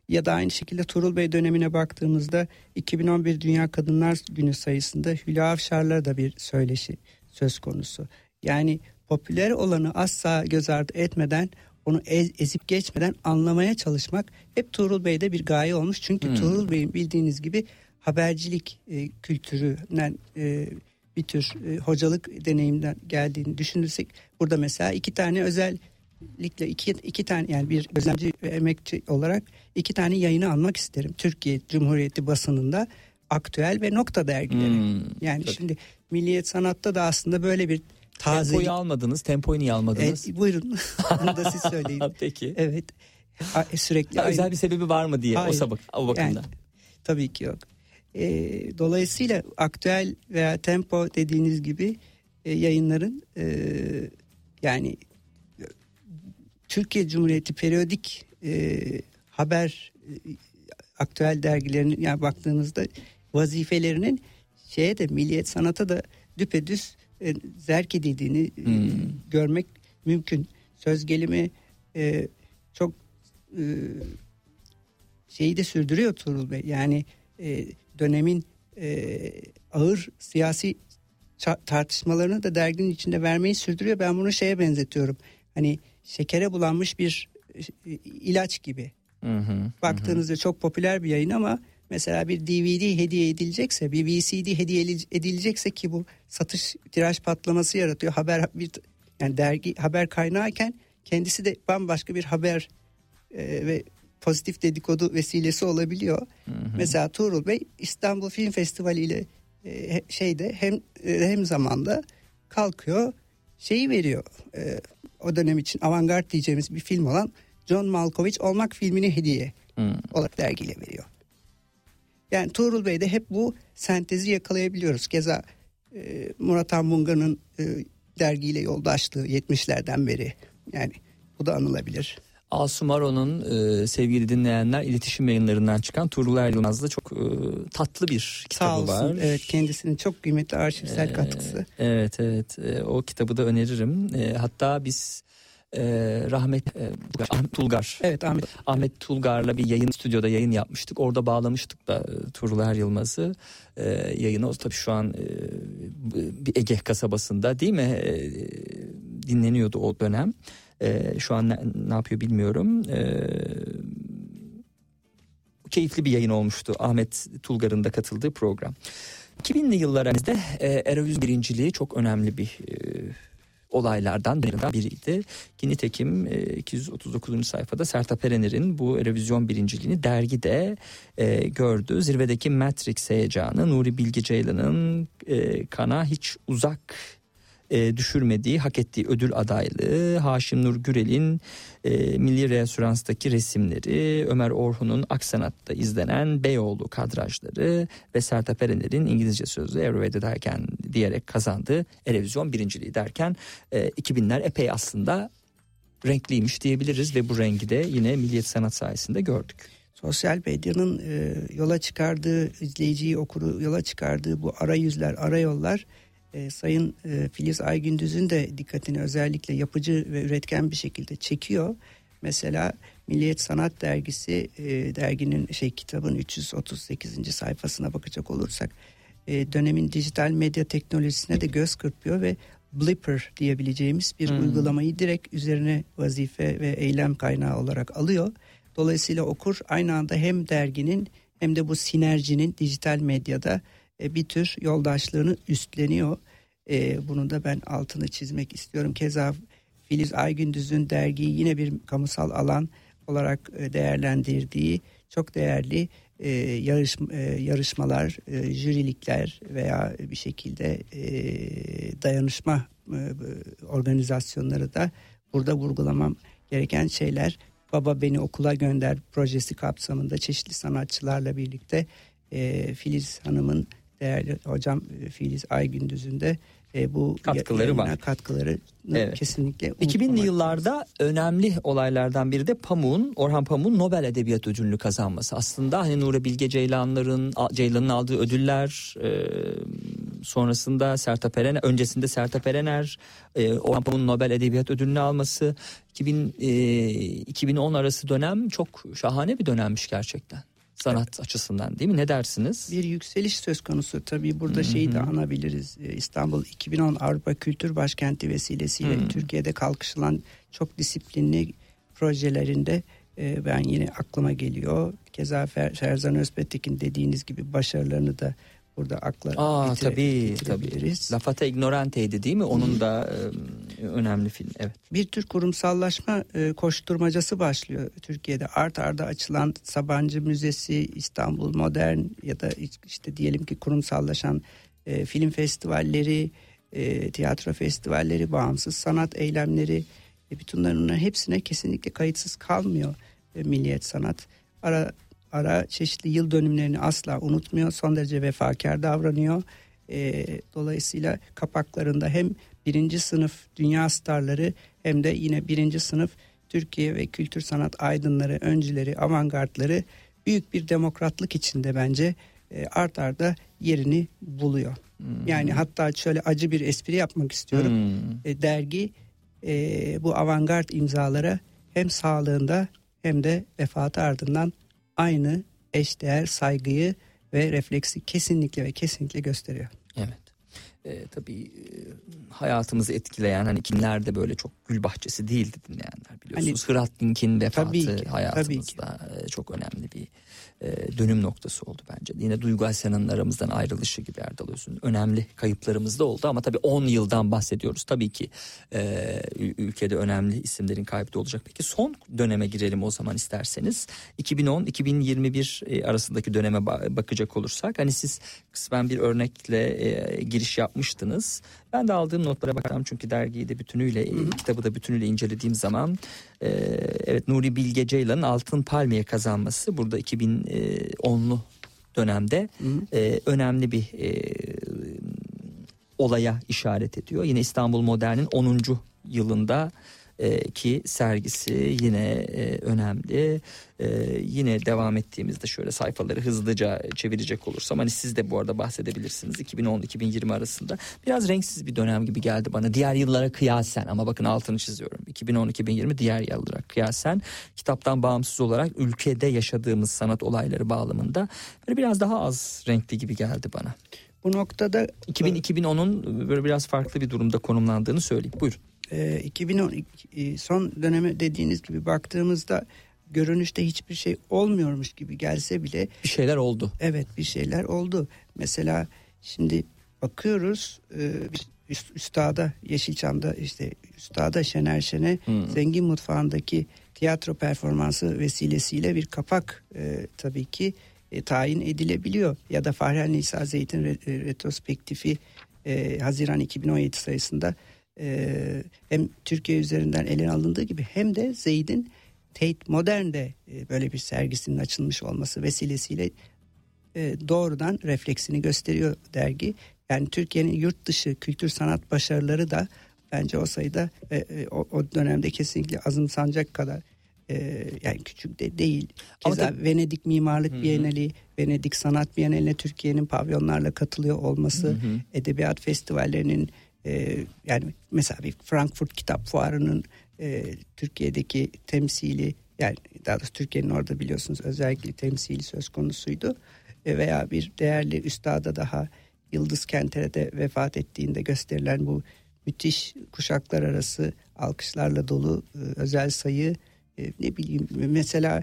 Ya da aynı şekilde Tuğrul Bey dönemine baktığımızda 2011 Dünya Kadınlar Günü sayısında Hülya Avşar'la da bir söyleşi söz konusu. Yani popüler olanı asla göz ardı etmeden, onu ezip geçmeden anlamaya çalışmak hep Tuğrul Bey'de bir gaye olmuş. Çünkü Tuğrul Bey'in bildiğiniz gibi habercilik kültüründen bir tür hocalık deneyimden geldiğini düşünürsek, burada mesela iki tane özellikle iki tane, yani bir gözlemci ve emekçi olarak iki tane yayını almak isterim. Türkiye Cumhuriyeti basınında Aktüel ve Nokta dergileri. Yani tabii. Şimdi Milliyet Sanat'ta da aslında böyle bir tazelik. Tempoyu almadınız. Tempoyu niye almadınız? Buyurun. Bunu da siz söyleyin. Peki. Evet. Sürekli özel bir sebebi var mı diye. Hayır. O bakımdan. Yani, tabii ki yok. Dolayısıyla Aktüel veya Tempo dediğiniz gibi yayınların yani Türkiye Cumhuriyeti periyodik haber aktüel dergilerinin, yani baktığınızda vazifelerinin şeye de, Milliyet Sanat'a da düpedüz zerk edildiğini görmek mümkün. Söz gelimi çok şeyi de sürdürüyor Tuğrul Bey. Yani dönemin ağır siyasi tartışmalarını da derginin içinde vermeyi sürdürüyor. Ben bunu şeye benzetiyorum. Hani şekere bulanmış bir ilaç gibi. Baktığınızda çok popüler bir yayın ama mesela bir DVD hediye edilecekse, bir VCD hediye edilecekse, ki bu satış tiraj patlaması yaratıyor. Yani dergi haber kaynağıyken kendisi de bambaşka bir haber ve pozitif dedikodu vesilesi olabiliyor. Mesela Tuğrul Bey İstanbul Film Festivali ile hem zamanda kalkıyor, şeyi veriyor. O dönem için avantgard diyeceğimiz bir film olan John Malkovich Olmak filmini hediye olarak dergiyle veriyor. Yani Tuğrul Bey'de hep bu sentezi yakalayabiliyoruz. Keza Murat Anmunga'nın dergiyle yoldaşlığı 70'lerden beri, yani bu da anılabilir. Asumaro'nun sevgili dinleyenler, iletişim yayınlarından çıkan Tuğrul Er Yılmaz'da çok tatlı bir kitabı var. Evet, kendisinin çok kıymetli arşivsel katkısı. Evet, o kitabı da öneririm. Hatta biz Ahmet Tulgar. Evet, Ahmet Tulgar'la bir stüdyoda yayın yapmıştık. Orada bağlamıştık da Tuğrul Er Yılmaz'ı yayına. O tabii şu an bir Ege kasabasında, değil mi? Dinleniyordu o dönem. Şu an ne yapıyor bilmiyorum. Keyifli bir yayın olmuştu Ahmet Tulgar'ın da katıldığı program. 2000'li yıllarımızda Eurovision birinciliği çok önemli bir olaylardan biriydi. Nitekim 239. sayfada Sertab Erener'in bu Eurovision birinciliğini dergide gördü. Zirvedeki Matrix heyecanı, Nuri Bilge Ceylan'ın kana hiç uzak düşürmediği, hak ettiği ödül adaylığı, Haşim Nur Gürel'in Milli Reasürans'taki resimleri, Ömer Orhun'un Aksanat'ta izlenen Beyoğlu kadrajları ve Sertab Erener'in İngilizce sözlü Everywhere derken diyerek kazandığı Eurovision birinciliği derken 2000'ler epey aslında renkliymiş diyebiliriz ve bu rengi de yine Milliyet Sanat sayesinde gördük. Sosyal medyanın yola çıkardığı, izleyiciyi, okuru yola çıkardığı bu arayüzler, arayollar Sayın Filiz Aygündüz'ün de dikkatini özellikle yapıcı ve üretken bir şekilde çekiyor. Mesela Milliyet Sanat dergisi, derginin kitabın 338. sayfasına bakacak olursak dönemin dijital medya teknolojisine de göz kırpıyor ve Blipper diyebileceğimiz bir uygulamayı direkt üzerine vazife ve eylem kaynağı olarak alıyor. Dolayısıyla okur aynı anda hem derginin hem de bu sinerjinin dijital medyada bir tür yoldaşlığını üstleniyor. Bunu da ben altını çizmek istiyorum. Keza Filiz Aygündüz'ün dergiyi yine bir kamusal alan olarak değerlendirdiği çok değerli yarışmalar, jürilikler veya bir şekilde dayanışma organizasyonları da burada vurgulamam gereken şeyler. Baba Beni Okula Gönder projesi kapsamında çeşitli sanatçılarla birlikte Filiz Hanım'ın, değerli hocam Filiz Aygündüz'ün de bu katkıları var. Evet. Kesinlikle 2000'li yıllarda önemli olaylardan biri de Orhan Pamuk'un Nobel Edebiyat Ödülünü kazanması. Aslında hani Nuri Bilge Ceylan'ın aldığı ödüller sonrasında Sertab Erener, öncesinde Sertab Erener, Orhan Pamuk'un Nobel Edebiyat Ödülünü alması, 2010 arası dönem çok şahane bir dönemmiş gerçekten. Sanat açısından, değil mi? Ne dersiniz? Bir yükseliş söz konusu. Tabii burada şeyi de anabiliriz. İstanbul 2010 Avrupa Kültür Başkenti vesilesiyle Türkiye'de kalkışılan çok disiplinli projelerinde ben yine aklıma geliyor. Keza Ferzan Özpetek'in dediğiniz gibi başarılarını da burada akla getirebiliriz. Tabii. La Fata Ignorante'ydi değil mi? Onun da önemli film. Evet. Bir tür kurumsallaşma koşturmacası başlıyor Türkiye'de. Art arda açılan Sabancı Müzesi, İstanbul Modern ya da işte diyelim ki kurumsallaşan film festivalleri, tiyatro festivalleri, bağımsız sanat eylemleri, bütün bunların hepsine kesinlikle kayıtsız kalmıyor Milliyet Sanat. Ara çeşitli yıl dönümlerini asla unutmuyor. Son derece vefakar davranıyor. Dolayısıyla kapaklarında hem birinci sınıf dünya starları hem de yine birinci sınıf Türkiye ve kültür sanat aydınları, öncüleri, avantgardları büyük bir demokratlık içinde bence art arda yerini buluyor. Yani hatta şöyle acı bir espri yapmak istiyorum. Dergi bu avantgard imzalara hem sağlığında hem de vefatı ardından aynı eşdeğer saygıyı ve refleksi kesinlikle ve kesinlikle gösteriyor. Evet. Tabii hayatımızı etkileyen, hani kimler de böyle çok gül bahçesi değildi dinleyenler biliyorsunuz. Hani, Hrant Dink'in vefatı hayatımızda çok önemli bir dönüm noktası oldu bence. Yine Duygu Asena'nın aramızdan ayrılışı gibi Erdal Öz'ün önemli kayıplarımız da oldu ama tabii 10 yıldan bahsediyoruz. Tabii ki ülkede önemli isimlerin kaybı da olacak. Peki son döneme girelim o zaman isterseniz. 2010-2021 arasındaki döneme bakacak olursak, hani siz kısmen bir örnekle giriş yapmıştınız. Ben de aldığım notlara bakarım çünkü dergiyi de bütünüyle, kitabı da bütünüyle incelediğim zaman evet, Nuri Bilge Ceylan'ın Altın Palmiye kazanması burada 2010'lu dönemde önemli bir olaya işaret ediyor. Yine İstanbul Modern'in 10. yılında ki sergisi yine önemli. Yine devam ettiğimizde şöyle sayfaları hızlıca çevirecek olursam, hani siz de bu arada bahsedebilirsiniz. 2010-2020 arasında biraz renksiz bir dönem gibi geldi bana. Diğer yıllara kıyasen, ama bakın altını çiziyorum. 2010-2020 diğer yıllara kıyasen kitaptan bağımsız olarak ülkede yaşadığımız sanat olayları bağlamında böyle biraz daha az renkli gibi geldi bana. Bu noktada 2010'un böyle biraz farklı bir durumda konumlandığını söyleyeyim. Buyurun. 2010 son döneme dediğiniz gibi baktığımızda görünüşte hiçbir şey olmuyormuş gibi gelse bile bir şeyler oldu. Evet, bir şeyler oldu. Mesela şimdi bakıyoruz Üstad'a, Yeşilçam'da işte Üstad'a, Şener Şen'e Zengin Mutfağı'ndaki tiyatro performansı vesilesiyle bir kapak tabii ki tayin edilebiliyor. Ya da Fahri Nisa Zeyt'in retrospektifi Haziran 2017 sayısında hem Türkiye üzerinden ele alındığı gibi hem de Zeyd'in Tate Modern'de böyle bir sergisinin açılmış olması vesilesiyle doğrudan refleksini gösteriyor dergi. Yani Türkiye'nin yurt dışı kültür sanat başarıları da bence o sayıda o dönemde kesinlikle azımsanacak kadar yani küçük de değil. Keza Venedik Mimarlık Bienali, Venedik Sanat Bienali'ne Türkiye'nin pavyonlarla katılıyor olması, edebiyat festivallerinin yani mesela bir Frankfurt Kitap Fuarı'nın Türkiye'deki temsili, yani daha doğrusu Türkiye'nin orada biliyorsunuz özellikle temsili söz konusuydu. Veya bir değerli üstada daha Yıldız Kentere'de vefat ettiğinde gösterilen bu müthiş kuşaklar arası alkışlarla dolu özel sayı, ne bileyim mesela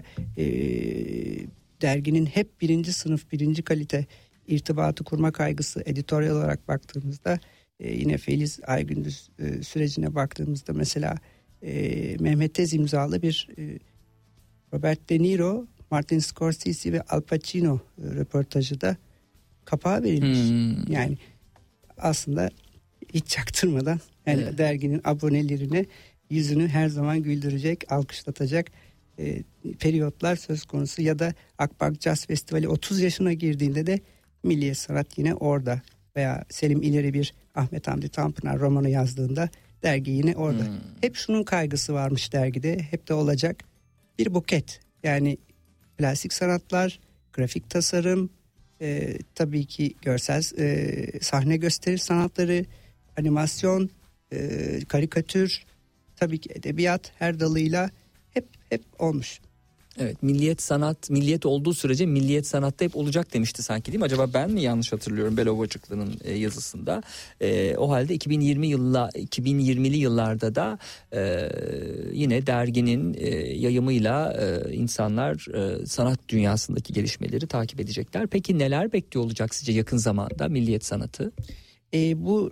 derginin hep birinci sınıf, birinci kalite irtibatı kurma kaygısı editoryal olarak baktığımızda, yine Feliz Aygündüz sürecine baktığımızda mesela Mehmet Tez imzalı bir Robert De Niro, Martin Scorsese ve Al Pacino röportajı da kapağı verilmiş. Yani aslında hiç çaktırmadan yani derginin abonelerine yüzünü her zaman güldürecek, alkışlatacak periyotlar söz konusu. Ya da Akbank Jazz Festivali 30 yaşına girdiğinde de Milliyet Sanat yine orada. Veya Selim İleri bir Ahmet Hamdi Tanpınar romanı yazdığında dergi yine orada. Hep şunun kaygısı varmış dergide, hep de olacak. Bir buket, yani plastik sanatlar, grafik tasarım, tabii ki görsel sahne gösteri sanatları, animasyon, karikatür, tabii ki edebiyat her dalıyla hep olmuş. Evet, milliyet olduğu sürece milliyet sanatta hep olacak demişti sanki, değil mi? Acaba ben mi yanlış hatırlıyorum Bel Ovacıklı'nın yazısında? O halde 2020'li yıllarda da yine derginin yayımıyla insanlar sanat dünyasındaki gelişmeleri takip edecekler. Peki neler bekliyor olacak sizce yakın zamanda milliyet sanatı? Bu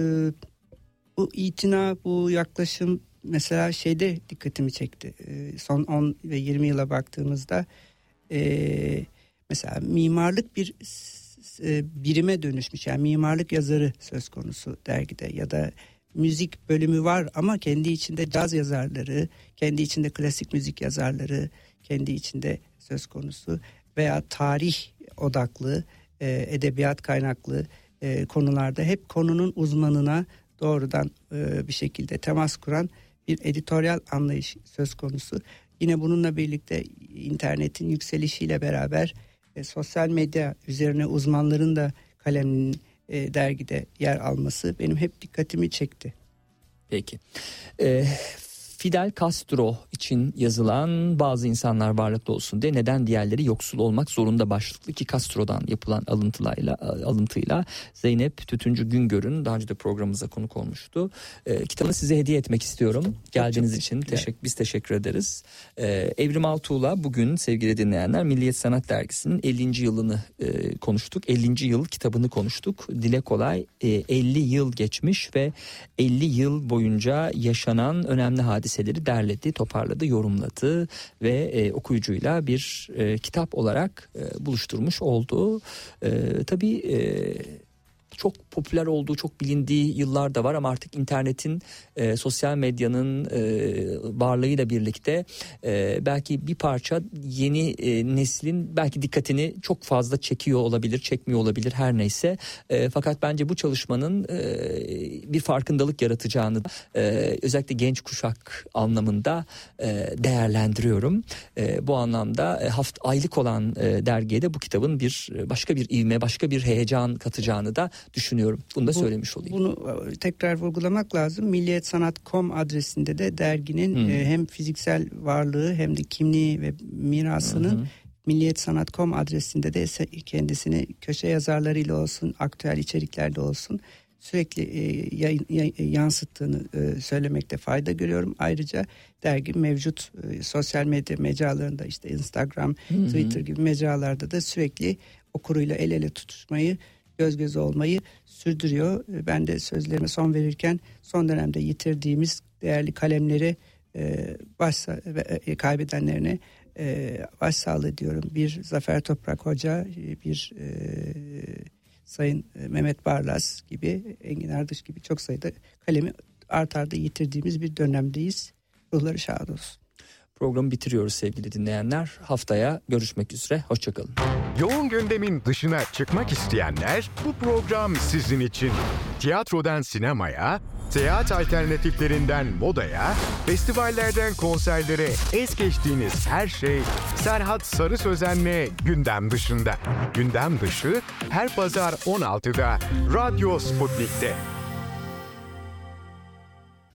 itina, bu yaklaşım mesela şeyde dikkatimi çekti. Son 10 ve 20 yıla baktığımızda mesela mimarlık bir birime dönüşmüş. Yani mimarlık yazarı söz konusu dergide, ya da müzik bölümü var ama kendi içinde caz yazarları, kendi içinde klasik müzik yazarları, kendi içinde söz konusu, veya tarih odaklı, edebiyat kaynaklı konularda hep konunun uzmanına doğrudan bir şekilde temas kuran bir editoryal anlayış söz konusu. Yine bununla birlikte internetin yükselişiyle beraber sosyal medya üzerine uzmanların da kaleminin dergide yer alması benim hep dikkatimi çekti. Peki. Fidel Castro için yazılan "Bazı insanlar varlıklı olsun diye neden diğerleri yoksul olmak zorunda" başlıklı, ki Castro'dan yapılan alıntıyla Zeynep Tütüncü Güngör'ün daha önce de programımıza konuk olmuştu. Kitabını size hediye etmek istiyorum. Geldiğiniz için biz teşekkür ederiz. Evrim Altuğ'la bugün sevgili dinleyenler Milliyet Sanat Dergisi'nin 50. yılını konuştuk. 50. yıl kitabını konuştuk. Dile kolay 50 yıl geçmiş ve 50 yıl boyunca yaşanan önemli hadiseleri derledi, toparladı, yorumladı ve okuyucuyla bir kitap olarak buluşturmuş oldu. Tabii çok popüler olduğu, çok bilindiği yıllar da var ama artık internetin, sosyal medyanın varlığıyla birlikte belki bir parça yeni neslin belki dikkatini çok fazla çekiyor olabilir, çekmiyor olabilir, her neyse. Fakat bence bu çalışmanın bir farkındalık yaratacağını özellikle genç kuşak anlamında değerlendiriyorum. Bu anlamda aylık olan dergiye de bu kitabın başka bir ivme, başka bir heyecan katacağını da düşünüyorum. Bunu da söylemiş olayım. Bunu tekrar vurgulamak lazım. Milliyetsanat.com adresinde de derginin hem fiziksel varlığı hem de kimliği ve mirasının Milliyetsanat.com adresinde de kendisini köşe yazarlarıyla olsun, aktüel içeriklerde olsun sürekli yansıttığını söylemekte fayda görüyorum. Ayrıca dergi mevcut sosyal medya mecralarında, işte Instagram, Twitter gibi mecralarda da sürekli okuruyla el ele tutuşmayı, göz göze olmayı sürdürüyor. Ben de sözlerime son verirken son dönemde yitirdiğimiz değerli kalemleri kaybedenlerine başsağlığı diyorum. Bir Zafer Toprak Hoca, bir Sayın Mehmet Barlas gibi, Engin Ardış gibi çok sayıda kalemi art arda yitirdiğimiz bir dönemdeyiz. Ruhları şad olsun. Programı bitiriyoruz sevgili dinleyenler. Haftaya görüşmek üzere. Hoşçakalın. Yoğun gündemin dışına çıkmak isteyenler, bu program sizin için. Tiyatrodan sinemaya, seyahat alternatiflerinden modaya, festivallerden konserlere es geçtiğiniz her şey Serhat Sarı Sözen'le gündem dışında. Gündem dışı her pazar 16'da Radyo Sputnik'te.